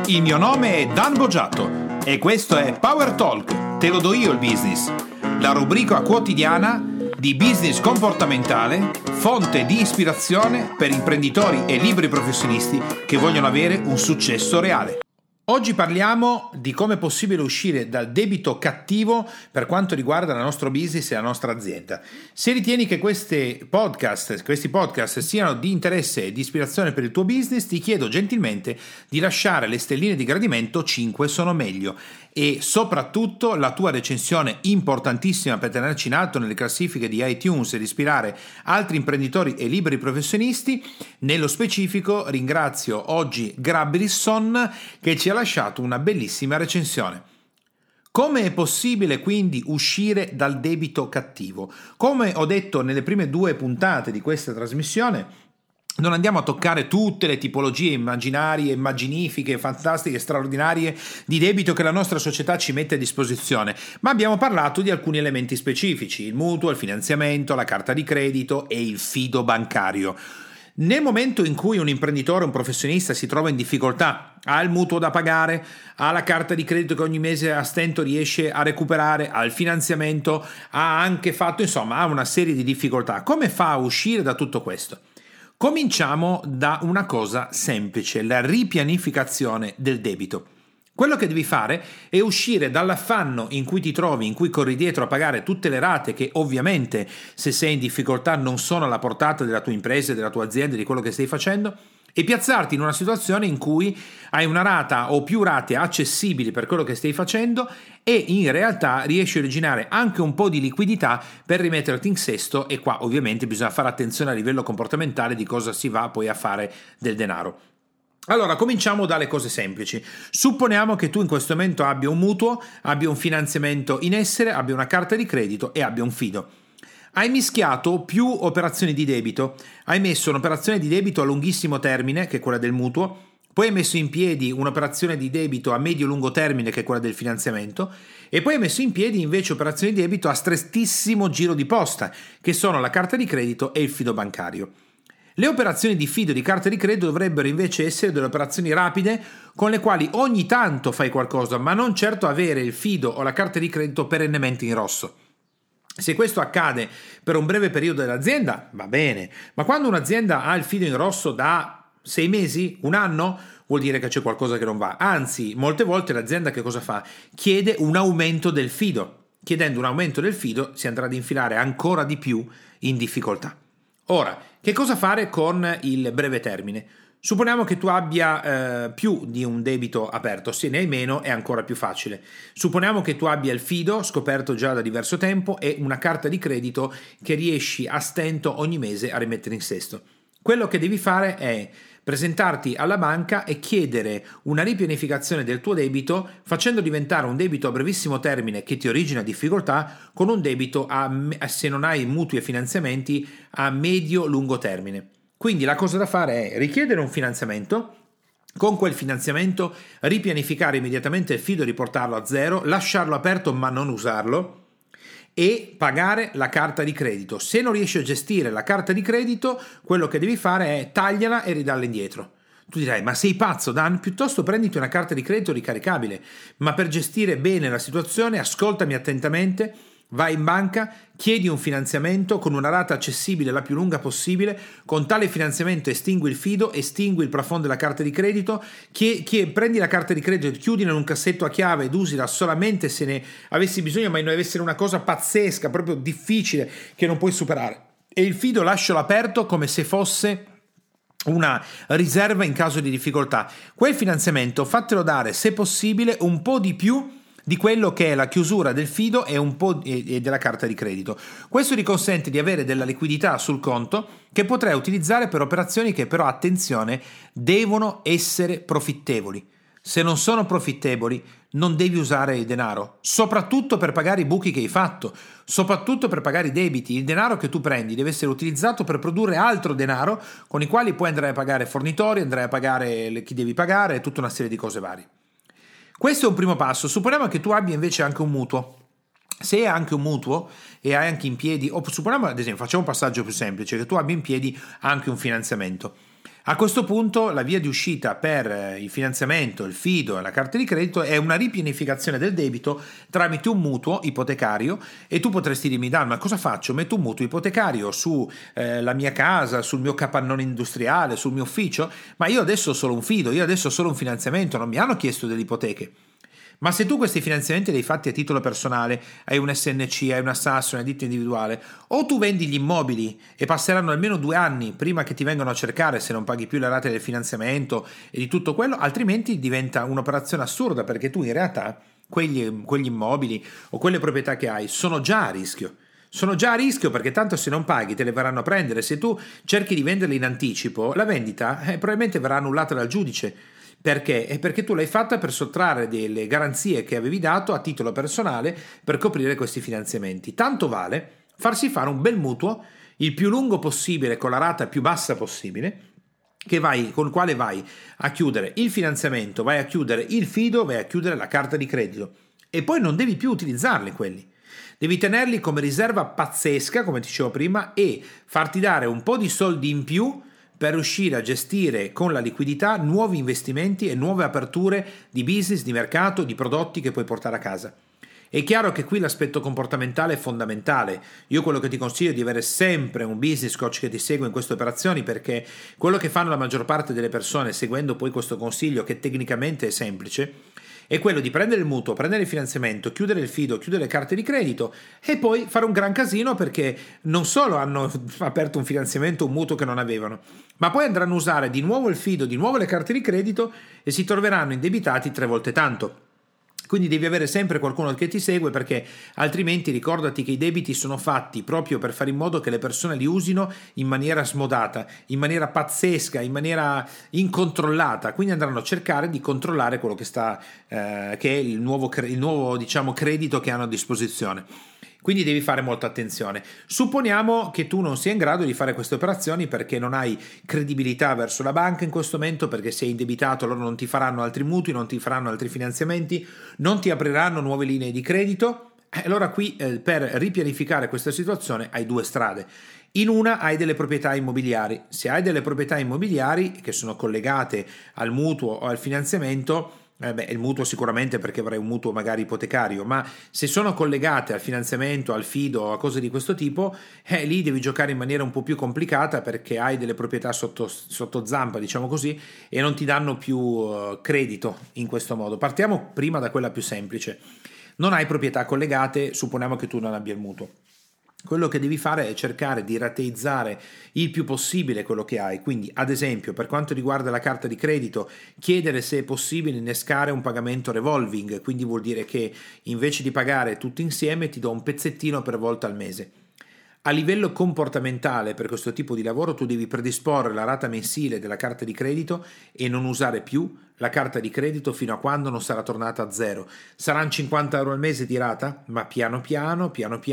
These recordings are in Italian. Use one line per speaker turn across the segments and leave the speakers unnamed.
Il mio nome è Dan Boggiato e questo è Power Talk, te lo do io il business, la rubrica quotidiana di business comportamentale, fonte di ispirazione per imprenditori e liberi professionisti che vogliono avere un successo reale. Oggi parliamo di come è possibile uscire dal debito cattivo per quanto riguarda il nostro business e la nostra azienda. Se ritieni che questi podcast siano di interesse e di ispirazione per il tuo business, ti chiedo gentilmente di lasciare le stelline di gradimento, 5 sono meglio, e soprattutto la tua recensione importantissima per tenerci in alto nelle classifiche di iTunes ed ispirare altri imprenditori e liberi professionisti. Nello specifico ringrazio oggi Grabrisson che ci ha lasciato una bellissima recensione. Come è possibile quindi uscire dal debito cattivo? Come ho detto nelle prime 2 puntate di questa trasmissione, non andiamo a toccare tutte le tipologie immaginarie, immaginifiche, fantastiche, straordinarie di debito che la nostra società ci mette a disposizione, ma abbiamo parlato di alcuni elementi specifici: il mutuo, il finanziamento, la carta di credito e il fido bancario. Nel momento in cui un imprenditore, un professionista si trova in difficoltà, ha il mutuo da pagare, ha la carta di credito che ogni mese a stento riesce a recuperare, ha il finanziamento, ha anche fatto, insomma, ha una serie di difficoltà. Come fa a uscire da tutto questo? Cominciamo da una cosa semplice, la ripianificazione del debito. Quello che devi fare è uscire dall'affanno in cui ti trovi, in cui corri dietro a pagare tutte le rate che ovviamente, se sei in difficoltà, non sono alla portata della tua impresa, della tua azienda, di quello che stai facendo, e piazzarti in una situazione in cui hai una rata o più rate accessibili per quello che stai facendo e in realtà riesci a originare anche un po' di liquidità per rimetterti in sesto. E qua ovviamente bisogna fare attenzione a livello comportamentale di cosa si va poi a fare del denaro. Allora, cominciamo dalle cose semplici. Supponiamo che tu in questo momento abbia un mutuo, abbia un finanziamento in essere, abbia una carta di credito e abbia un fido. Hai mischiato più operazioni di debito, hai messo un'operazione di debito a lunghissimo termine, che è quella del mutuo, poi hai messo in piedi un'operazione di debito a medio-lungo termine, che è quella del finanziamento, e poi hai messo in piedi invece operazioni di debito a strettissimo giro di posta, che sono la carta di credito e il fido bancario. Le operazioni di fido e di carta di credito dovrebbero invece essere delle operazioni rapide con le quali ogni tanto fai qualcosa, ma non certo avere il fido o la carta di credito perennemente in rosso. Se questo accade per un breve periodo dell'azienda, va bene, ma quando un'azienda ha il fido in rosso da 6 mesi, un anno, vuol dire che c'è qualcosa che non va. Anzi, molte volte l'azienda che cosa fa? Chiede un aumento del fido. Chiedendo un aumento del fido si andrà ad infilare ancora di più in difficoltà. Ora, che cosa fare con il breve termine? Supponiamo che tu abbia più di un debito aperto, se ne hai meno è ancora più facile. Supponiamo che tu abbia il fido scoperto già da diverso tempo e una carta di credito che riesci a stento ogni mese a rimettere in sesto. Quello che devi fare è presentarti alla banca e chiedere una ripianificazione del tuo debito, facendo diventare un debito a brevissimo termine che ti origina difficoltà con un debito se non hai mutui e finanziamenti a medio-lungo termine. Quindi la cosa da fare è richiedere un finanziamento, con quel finanziamento ripianificare immediatamente il fido, riportarlo a zero, lasciarlo aperto ma non usarlo e pagare la carta di credito. Se non riesci a gestire la carta di credito, quello che devi fare è tagliala e ridarla indietro. Tu dirai: ma sei pazzo, Dan? Piuttosto prenditi una carta di credito ricaricabile. Ma per gestire bene la situazione, ascoltami attentamente. Vai in banca, chiedi un finanziamento con una rata accessibile la più lunga possibile, con tale finanziamento estingui il fido, estingui il plafond della carta di credito, prendi la carta di credito, chiudila in un cassetto a chiave ed usila solamente se ne avessi bisogno, ma non deve essere una cosa pazzesca, proprio difficile, che non puoi superare. E il fido lascialo aperto come se fosse una riserva in caso di difficoltà. Quel finanziamento fatelo dare, se possibile, un po' di più di quello che è la chiusura del fido e un po' della carta di credito. Questo ti consente di avere della liquidità sul conto che potrai utilizzare per operazioni che però, attenzione, devono essere profittevoli. Se non sono profittevoli non devi usare il denaro, soprattutto per pagare i buchi che hai fatto, soprattutto per pagare i debiti. Il denaro che tu prendi deve essere utilizzato per produrre altro denaro con i quali poi andrai a pagare fornitori, andrai a pagare chi devi pagare e tutta una serie di cose varie. Questo è un primo passo. Supponiamo che tu abbia invece anche un mutuo. Se hai anche un mutuo e hai anche in piedi, o supponiamo ad esempio, facciamo un passaggio più semplice, che tu abbia in piedi anche un finanziamento. A questo punto la via di uscita per il finanziamento, il fido e la carta di credito è una ripianificazione del debito tramite un mutuo ipotecario. E tu potresti dirmi: Dan, ma cosa faccio? Metto un mutuo ipotecario su la mia casa, sul mio capannone industriale, sul mio ufficio? Ma io adesso ho solo un fido, io adesso ho solo un finanziamento, non mi hanno chiesto delle ipoteche. Ma se tu questi finanziamenti li hai fatti a titolo personale, hai un SNC, hai una SAS, una ditta individuale, o tu vendi gli immobili e passeranno almeno 2 anni prima che ti vengano a cercare se non paghi più le rate del finanziamento e di tutto quello, altrimenti diventa un'operazione assurda, perché tu in realtà quegli immobili o quelle proprietà che hai sono già a rischio. Sono già a rischio perché tanto se non paghi te le verranno a prendere. Se tu cerchi di venderle in anticipo, la vendita probabilmente verrà annullata dal giudice. Perché? È perché tu l'hai fatta per sottrarre delle garanzie che avevi dato a titolo personale per coprire questi finanziamenti. Tanto vale farsi fare un bel mutuo, il più lungo possibile, con la rata più bassa possibile, con il quale vai a chiudere il finanziamento, vai a chiudere il fido, vai a chiudere la carta di credito. E poi non devi più utilizzarli quelli. Devi tenerli come riserva pazzesca, come dicevo prima, e farti dare un po' di soldi in più per riuscire a gestire con la liquidità nuovi investimenti e nuove aperture di business, di mercato, di prodotti che puoi portare a casa. È chiaro che qui l'aspetto comportamentale è fondamentale. Io quello che ti consiglio è di avere sempre un business coach che ti segue in queste operazioni, perché quello che fanno la maggior parte delle persone, seguendo poi questo consiglio che tecnicamente è semplice, è quello di prendere il mutuo, prendere il finanziamento, chiudere il fido, chiudere le carte di credito e poi fare un gran casino, perché non solo hanno aperto un finanziamento, un mutuo che non avevano, ma poi andranno a usare di nuovo il fido, di nuovo le carte di credito e si troveranno indebitati 3 volte tanto. Quindi devi avere sempre qualcuno che ti segue, perché altrimenti ricordati che i debiti sono fatti proprio per fare in modo che le persone li usino in maniera smodata, in maniera pazzesca, in maniera incontrollata. Quindi andranno a cercare di controllare quello che è il nuovo diciamo credito che hanno a disposizione. Quindi devi fare molta attenzione. Supponiamo che tu non sia in grado di fare queste operazioni perché non hai credibilità verso la banca in questo momento, perché sei indebitato, loro non ti faranno altri mutui, non ti faranno altri finanziamenti, non ti apriranno nuove linee di credito. Allora qui per ripianificare questa situazione hai 2 strade. In una hai delle proprietà immobiliari. Se hai delle proprietà immobiliari che sono collegate al mutuo o al finanziamento, il mutuo sicuramente, perché avrai un mutuo magari ipotecario, ma se sono collegate al finanziamento, al fido o a cose di questo tipo, lì devi giocare in maniera un po' più complicata, perché hai delle proprietà sotto zampa, diciamo così, e non ti danno più credito in questo modo. Partiamo prima da quella più semplice. Non hai proprietà collegate, supponiamo che tu non abbia il mutuo. Quello che devi fare è cercare di rateizzare il più possibile quello che hai. Quindi, ad esempio, per quanto riguarda la carta di credito, chiedere se è possibile innescare un pagamento revolving, quindi vuol dire che invece di pagare tutto insieme ti do un pezzettino per volta al mese. A livello comportamentale, per questo tipo di lavoro, tu devi predisporre la rata mensile della carta di credito e non usare più la carta di credito fino a quando non sarà tornata a 0. Saranno 50 euro al mese di rata, ma piano piano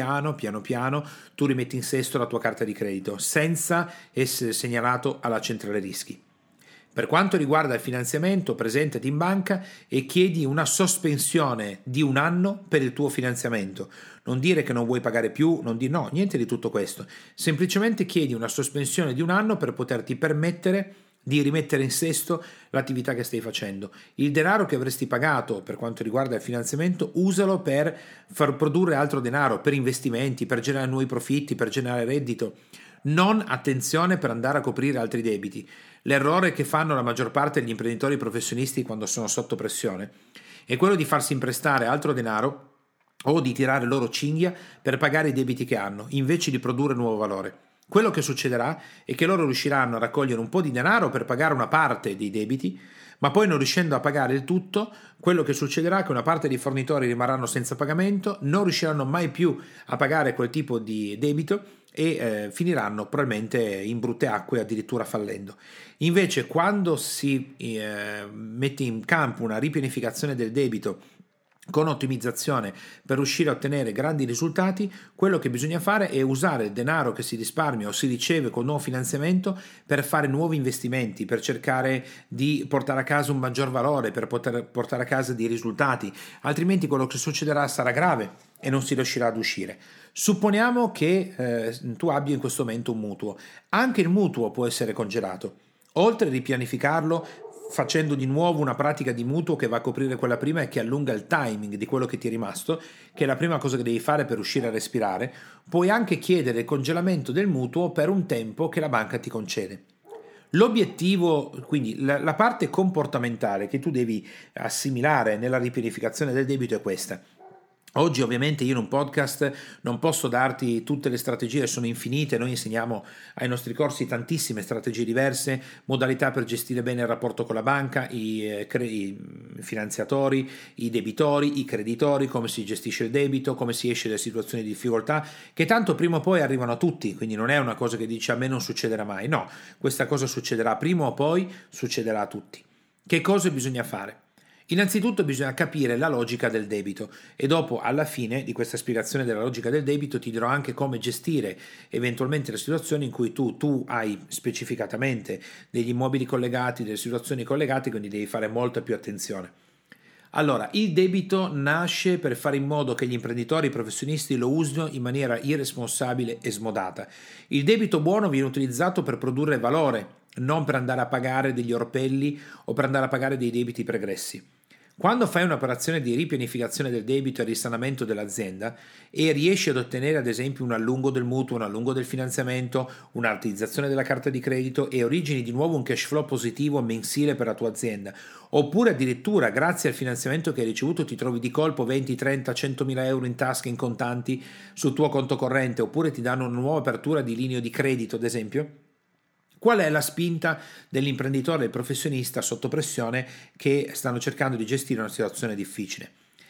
tu rimetti in sesto la tua carta di credito senza essere segnalato alla centrale rischi. Per quanto riguarda il finanziamento, presentati in banca e chiedi una sospensione di 1 anno per il tuo finanziamento. Non dire che non vuoi pagare più, no, niente di tutto questo. Semplicemente chiedi una sospensione di 1 anno per poterti permettere di rimettere in sesto l'attività che stai facendo. Il denaro che avresti pagato per quanto riguarda il finanziamento, usalo per far produrre altro denaro, per investimenti, per generare nuovi profitti, per generare reddito. Non, attenzione, per andare a coprire altri debiti. L'errore che fanno la maggior parte degli imprenditori professionisti quando sono sotto pressione è quello di farsi imprestare altro denaro o di tirare loro cinghia per pagare i debiti che hanno, invece di produrre nuovo valore. Quello che succederà è che loro riusciranno a raccogliere un po' di denaro per pagare una parte dei debiti, ma poi non riuscendo a pagare il tutto, quello che succederà è che una parte dei fornitori rimarranno senza pagamento, non riusciranno mai più a pagare quel tipo di debito e finiranno probabilmente in brutte acque, addirittura fallendo. Invece, quando si mette in campo una ripianificazione del debito con ottimizzazione per riuscire a ottenere grandi risultati, quello che bisogna fare è usare il denaro che si risparmia o si riceve con nuovo finanziamento per fare nuovi investimenti, per cercare di portare a casa un maggior valore, per poter portare a casa dei risultati, altrimenti quello che succederà sarà grave e non si riuscirà ad uscire. Supponiamo che tu abbia in questo momento un mutuo. Anche il mutuo può essere congelato. oltre a ripianificarlo facendo di nuovo una pratica di mutuo che va a coprire quella prima e che allunga il timing di quello che ti è rimasto, che è la prima cosa che devi fare per riuscire a respirare, puoi anche chiedere il congelamento del mutuo per un tempo che la banca ti concede. L'obiettivo, quindi la parte comportamentale che tu devi assimilare nella ripianificazione del debito è questa. Oggi ovviamente io in un podcast non posso darti tutte le strategie, sono infinite, noi insegniamo ai nostri corsi tantissime strategie diverse, modalità per gestire bene il rapporto con la banca, i finanziatori, i debitori, i creditori, come si gestisce il debito, come si esce da situazioni di difficoltà, che tanto prima o poi arrivano a tutti, quindi non è una cosa che dice a me non succederà mai, no, questa cosa succederà prima o poi, succederà a tutti. Che cosa bisogna fare? Innanzitutto bisogna capire la logica del debito e dopo, alla fine di questa spiegazione della logica del debito, ti dirò anche come gestire eventualmente le situazioni in cui tu hai specificatamente degli immobili collegati, delle situazioni collegate, quindi devi fare molta più attenzione. Allora, il debito nasce per fare in modo che gli imprenditori e i professionisti lo usino in maniera irresponsabile e smodata. Il debito buono viene utilizzato per produrre valore, non per andare a pagare degli orpelli o per andare a pagare dei debiti pregressi. Quando fai un'operazione di ripianificazione del debito e risanamento dell'azienda e riesci ad ottenere ad esempio un allungo del mutuo, un allungo del finanziamento, un'artizzazione della carta di credito e origini di nuovo un cash flow positivo mensile per la tua azienda, oppure addirittura grazie al finanziamento che hai ricevuto ti trovi di colpo 20, 30, 100.000 euro in tasca in contanti sul tuo conto corrente, oppure ti danno una nuova apertura di linea di credito ad esempio, qual è la spinta dell'imprenditore e del professionista sotto pressione che stanno cercando di gestire una situazione difficile?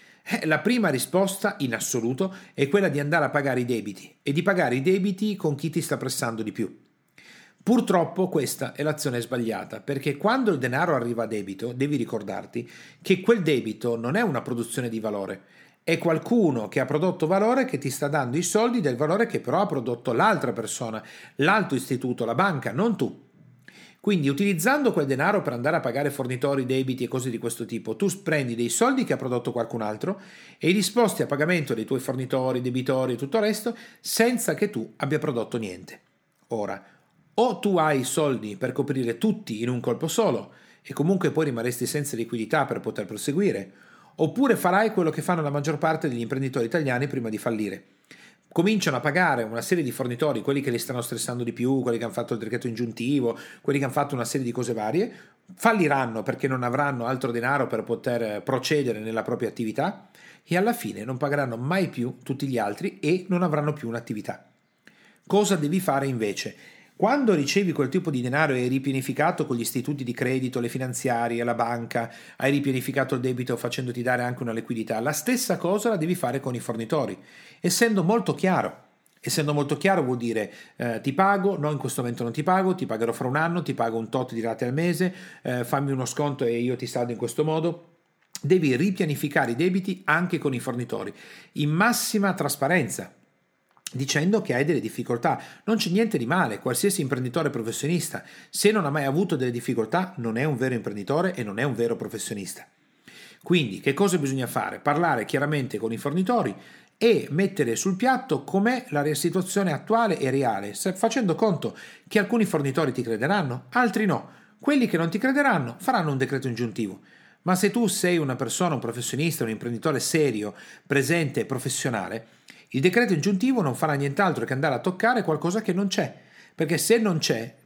La prima risposta in assoluto è quella di andare a pagare i debiti e di pagare i debiti con chi ti sta pressando di più. Purtroppo questa è l'azione sbagliata, perché quando il denaro arriva a debito devi ricordarti che quel debito non è una produzione di valore, è qualcuno che ha prodotto valore che ti sta dando i soldi del valore che però ha prodotto l'altra persona, l'altro istituto, la banca, non tu. Quindi utilizzando quel denaro per andare a pagare fornitori, debiti e cose di questo tipo, tu prendi dei soldi che ha prodotto qualcun altro e li sposti a pagamento dei tuoi fornitori, debitori e tutto il resto senza che tu abbia prodotto niente. Ora, o tu hai i soldi per coprire tutti in un colpo solo e comunque poi rimarresti senza liquidità per poter proseguire, oppure farai quello che fanno la maggior parte degli imprenditori italiani prima di fallire. Cominciano a pagare una serie di fornitori, quelli che li stanno stressando di più, quelli che hanno fatto il decreto ingiuntivo, quelli che hanno fatto una serie di cose varie, falliranno perché non avranno altro denaro per poter procedere nella propria attività e alla fine non pagheranno mai più tutti gli altri e non avranno più un'attività. Cosa devi fare invece? Quando ricevi quel tipo di denaro e hai ripianificato con gli istituti di credito, le finanziarie, la banca, hai ripianificato il debito facendoti dare anche una liquidità, la stessa cosa la devi fare con i fornitori, essendo molto chiaro. Essendo molto chiaro vuol dire ti pago, no in questo momento non ti pagherò fra un anno, ti pago un tot di rate al mese, fammi uno sconto e io ti saldo in questo modo. Devi ripianificare i debiti anche con i fornitori, in massima trasparenza, dicendo che hai delle difficoltà. Non c'è niente di male, qualsiasi imprenditore professionista, se non ha mai avuto delle difficoltà, non è un vero imprenditore e non è un vero professionista. Quindi, che cosa bisogna fare? Parlare chiaramente con i fornitori e mettere sul piatto com'è la situazione attuale e reale, facendo conto che alcuni fornitori ti crederanno, altri no. Quelli che non ti crederanno faranno un decreto ingiuntivo. Ma se tu sei una persona, un professionista, un imprenditore serio, presente e professionale, il decreto ingiuntivo non farà nient'altro che andare a toccare qualcosa che non c'è, perché se non c'è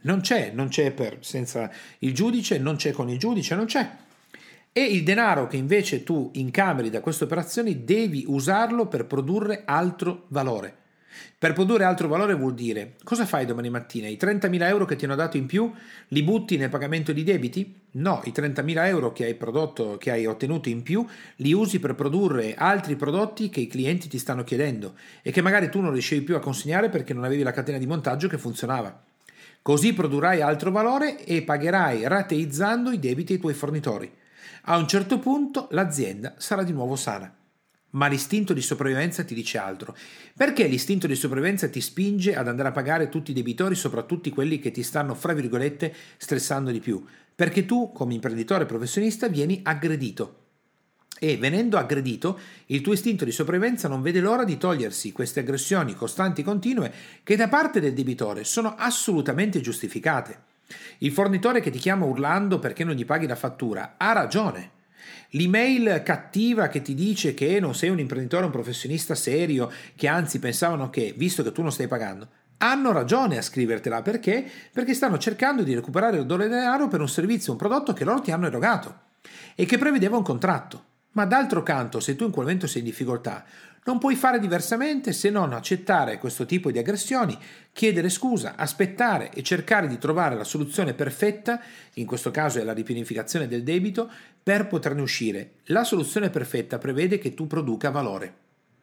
senza il giudice, non c'è con il giudice, non c'è. E il denaro che invece tu incameri da queste operazioni devi usarlo per produrre altro valore. Per produrre altro valore vuol dire, cosa fai domani mattina? I 30.000 euro che ti hanno dato in più li butti nel pagamento di debiti? No, i 30.000 euro che hai ottenuto in più li usi per produrre altri prodotti che i clienti ti stanno chiedendo e che magari tu non riuscivi più a consegnare perché non avevi la catena di montaggio che funzionava. Così produrrai altro valore e pagherai rateizzando i debiti ai tuoi fornitori. A un certo punto l'azienda sarà di nuovo sana. Ma l'istinto di sopravvivenza ti dice altro. Perché l'istinto di sopravvivenza ti spinge ad andare a pagare tutti i debitori, soprattutto quelli che ti stanno, fra virgolette, stressando di più? Perché tu, come imprenditore professionista, vieni aggredito. E venendo aggredito, il tuo istinto di sopravvivenza non vede l'ora di togliersi queste aggressioni costanti e continue che da parte del debitore sono assolutamente giustificate. Il fornitore che ti chiama urlando perché non gli paghi la fattura ha ragione. L'email cattiva che ti dice che non sei un imprenditore, un professionista serio, che anzi pensavano che, visto che tu non stai pagando, hanno ragione a scrivertela. Perché? Perché stanno cercando di recuperare il loro denaro per un servizio, un prodotto che loro ti hanno erogato e che prevedeva un contratto. Ma d'altro canto, se tu in quel momento sei in difficoltà, non puoi fare diversamente se non accettare questo tipo di aggressioni, chiedere scusa, aspettare e cercare di trovare la soluzione perfetta, in questo caso è la ripianificazione del debito, per poterne uscire. La soluzione perfetta prevede che tu produca valore.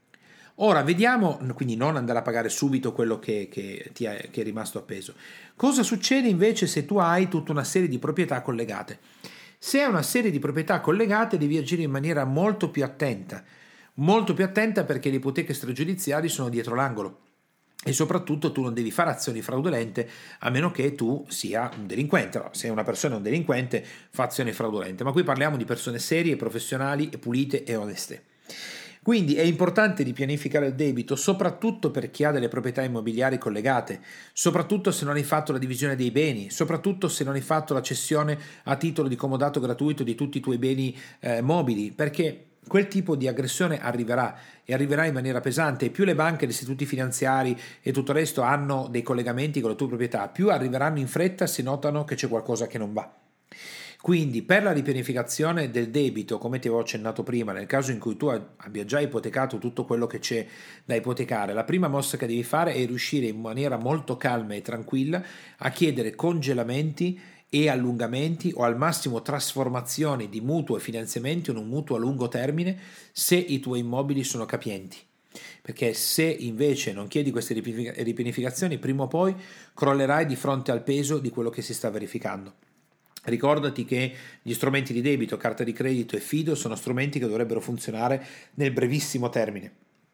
Ora vediamo, quindi non andare a pagare subito quello che è rimasto appeso. Cosa succede invece se tu hai tutta una serie di proprietà collegate? Se hai una serie di proprietà collegate devi agire in maniera molto più attenta perché le ipoteche stragiudiziali sono dietro l'angolo e soprattutto tu non devi fare azioni fraudolente a meno che tu sia un delinquente. No, se una persona è un delinquente fa azioni fraudolente, ma qui parliamo di persone serie, professionali, pulite e oneste. Quindi è importante ripianificare il debito, soprattutto per chi ha delle proprietà immobiliari collegate, soprattutto se non hai fatto la divisione dei beni, soprattutto se non hai fatto la cessione a titolo di comodato gratuito di tutti i tuoi beni mobili, perché quel tipo di aggressione arriverà in maniera pesante e più le banche, gli istituti finanziari e tutto il resto hanno dei collegamenti con la tua proprietà, più arriveranno in fretta se notano che c'è qualcosa che non va. Quindi per la ripianificazione del debito, come ti avevo accennato prima, nel caso in cui tu abbia già ipotecato tutto quello che c'è da ipotecare, la prima mossa che devi fare è riuscire in maniera molto calma e tranquilla a chiedere congelamenti e allungamenti o al massimo trasformazioni di mutuo e finanziamenti in un mutuo a lungo termine se i tuoi immobili sono capienti. Perché se invece non chiedi queste ripianificazioni, prima o poi crollerai di fronte al peso di quello che si sta verificando. Ricordati che gli strumenti di debito, carta di credito e fido sono strumenti che dovrebbero funzionare nel brevissimo termine.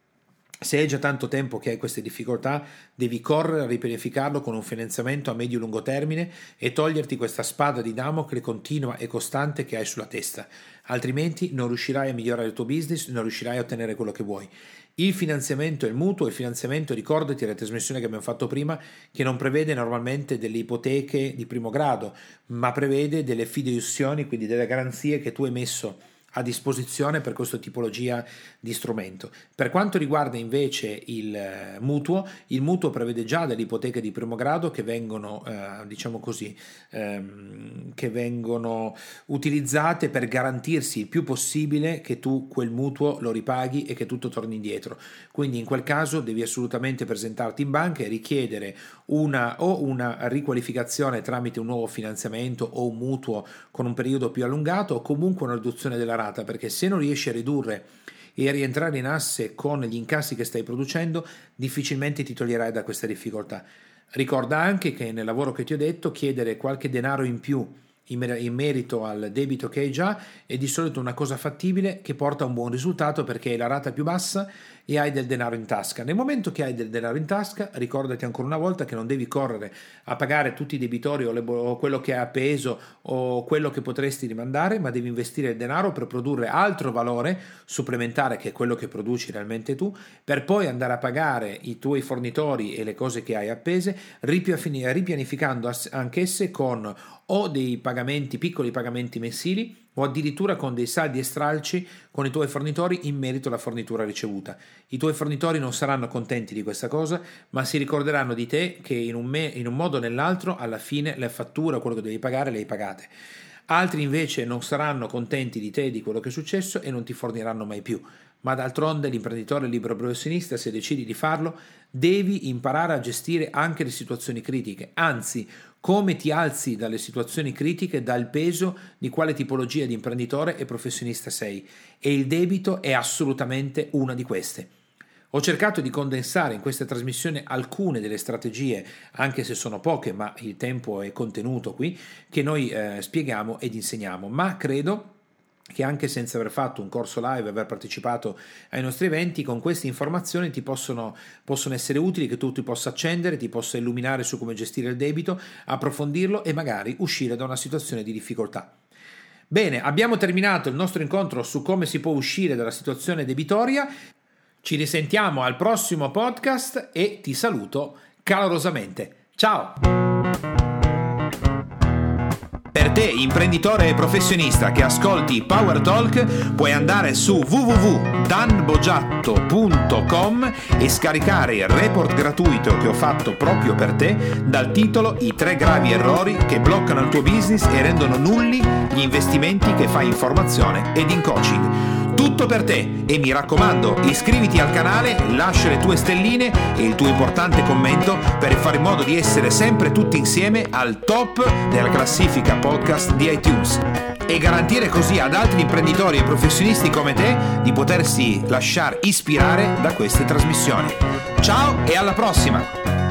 Se è già tanto tempo che hai queste difficoltà, devi correre a ripianificarlo con un finanziamento a medio-lungo termine e toglierti questa spada di Damocle continua e costante che hai sulla testa, altrimenti non riuscirai a migliorare il tuo business, non riuscirai a ottenere quello che vuoi. Il finanziamento e il mutuo, il finanziamento, ricordati la trasmissione che abbiamo fatto prima, che non prevede normalmente delle ipoteche di primo grado, ma prevede delle fideiussioni, quindi delle garanzie che tu hai messo a disposizione per questa tipologia di strumento. Per quanto riguarda invece il mutuo prevede già delle ipoteche di primo grado che vengono, che vengono utilizzate per garantirsi il più possibile che tu quel mutuo lo ripaghi e che tutto torni indietro. Quindi in quel caso devi assolutamente presentarti in banca e richiedere una riqualificazione tramite un nuovo finanziamento o un mutuo con un periodo più allungato o comunque una riduzione della rata, perché se non riesci a ridurre e a rientrare in asse con gli incassi che stai producendo, difficilmente ti toglierai da questa difficoltà. Ricorda anche che nel lavoro che ti ho detto, chiedere qualche denaro in più in merito al debito che hai già è di solito una cosa fattibile che porta a un buon risultato perché hai la rata più bassa e hai del denaro in tasca. Nel momento che hai del denaro in tasca, ricordati ancora una volta che non devi correre a pagare tutti i debitori o quello che hai appeso o quello che potresti rimandare, ma devi investire il denaro per produrre altro valore supplementare che è quello che produci realmente tu, per poi andare a pagare i tuoi fornitori e le cose che hai appese, ripianificando anch'esse con o dei pagamenti, piccoli pagamenti mensili o addirittura con dei saldi e stralci con i tuoi fornitori in merito alla fornitura ricevuta. I tuoi fornitori non saranno contenti di questa cosa, ma si ricorderanno di te che in un modo o nell'altro alla fine le fatture o quello che devi pagare le hai pagate. Altri invece non saranno contenti di te e di quello che è successo e non ti forniranno mai più. Ma d'altronde l'imprenditore libero professionista, se decidi di farlo, devi imparare a gestire anche le situazioni critiche. Anzi, come ti alzi dalle situazioni critiche dal peso di quale tipologia di imprenditore e professionista sei. E il debito è assolutamente una di queste. Ho cercato di condensare in questa trasmissione alcune delle strategie, anche se sono poche, ma il tempo è contenuto qui, che noi spieghiamo ed insegniamo. Ma credo che anche senza aver fatto un corso live, aver partecipato ai nostri eventi, con queste informazioni ti possono essere utili, che tu ti possa accendere, ti possa illuminare su come gestire il debito, approfondirlo e magari uscire da una situazione di difficoltà. Bene, abbiamo terminato il nostro incontro su come si può uscire dalla situazione debitoria. Ci risentiamo al prossimo podcast e ti saluto calorosamente. Ciao! te, imprenditore e professionista che ascolti Power Talk, puoi andare su www.danbogiatto.com e scaricare il report gratuito che ho fatto proprio per te dal titolo I 3 gravi errori che bloccano il tuo business e rendono nulli gli investimenti che fai in formazione ed in coaching. Tutto per te, e mi raccomando, iscriviti al canale, lascia le tue stelline e il tuo importante commento per fare in modo di essere sempre tutti insieme al top della classifica podcast di iTunes e garantire così ad altri imprenditori e professionisti come te di potersi lasciar ispirare da queste trasmissioni. Ciao e alla prossima!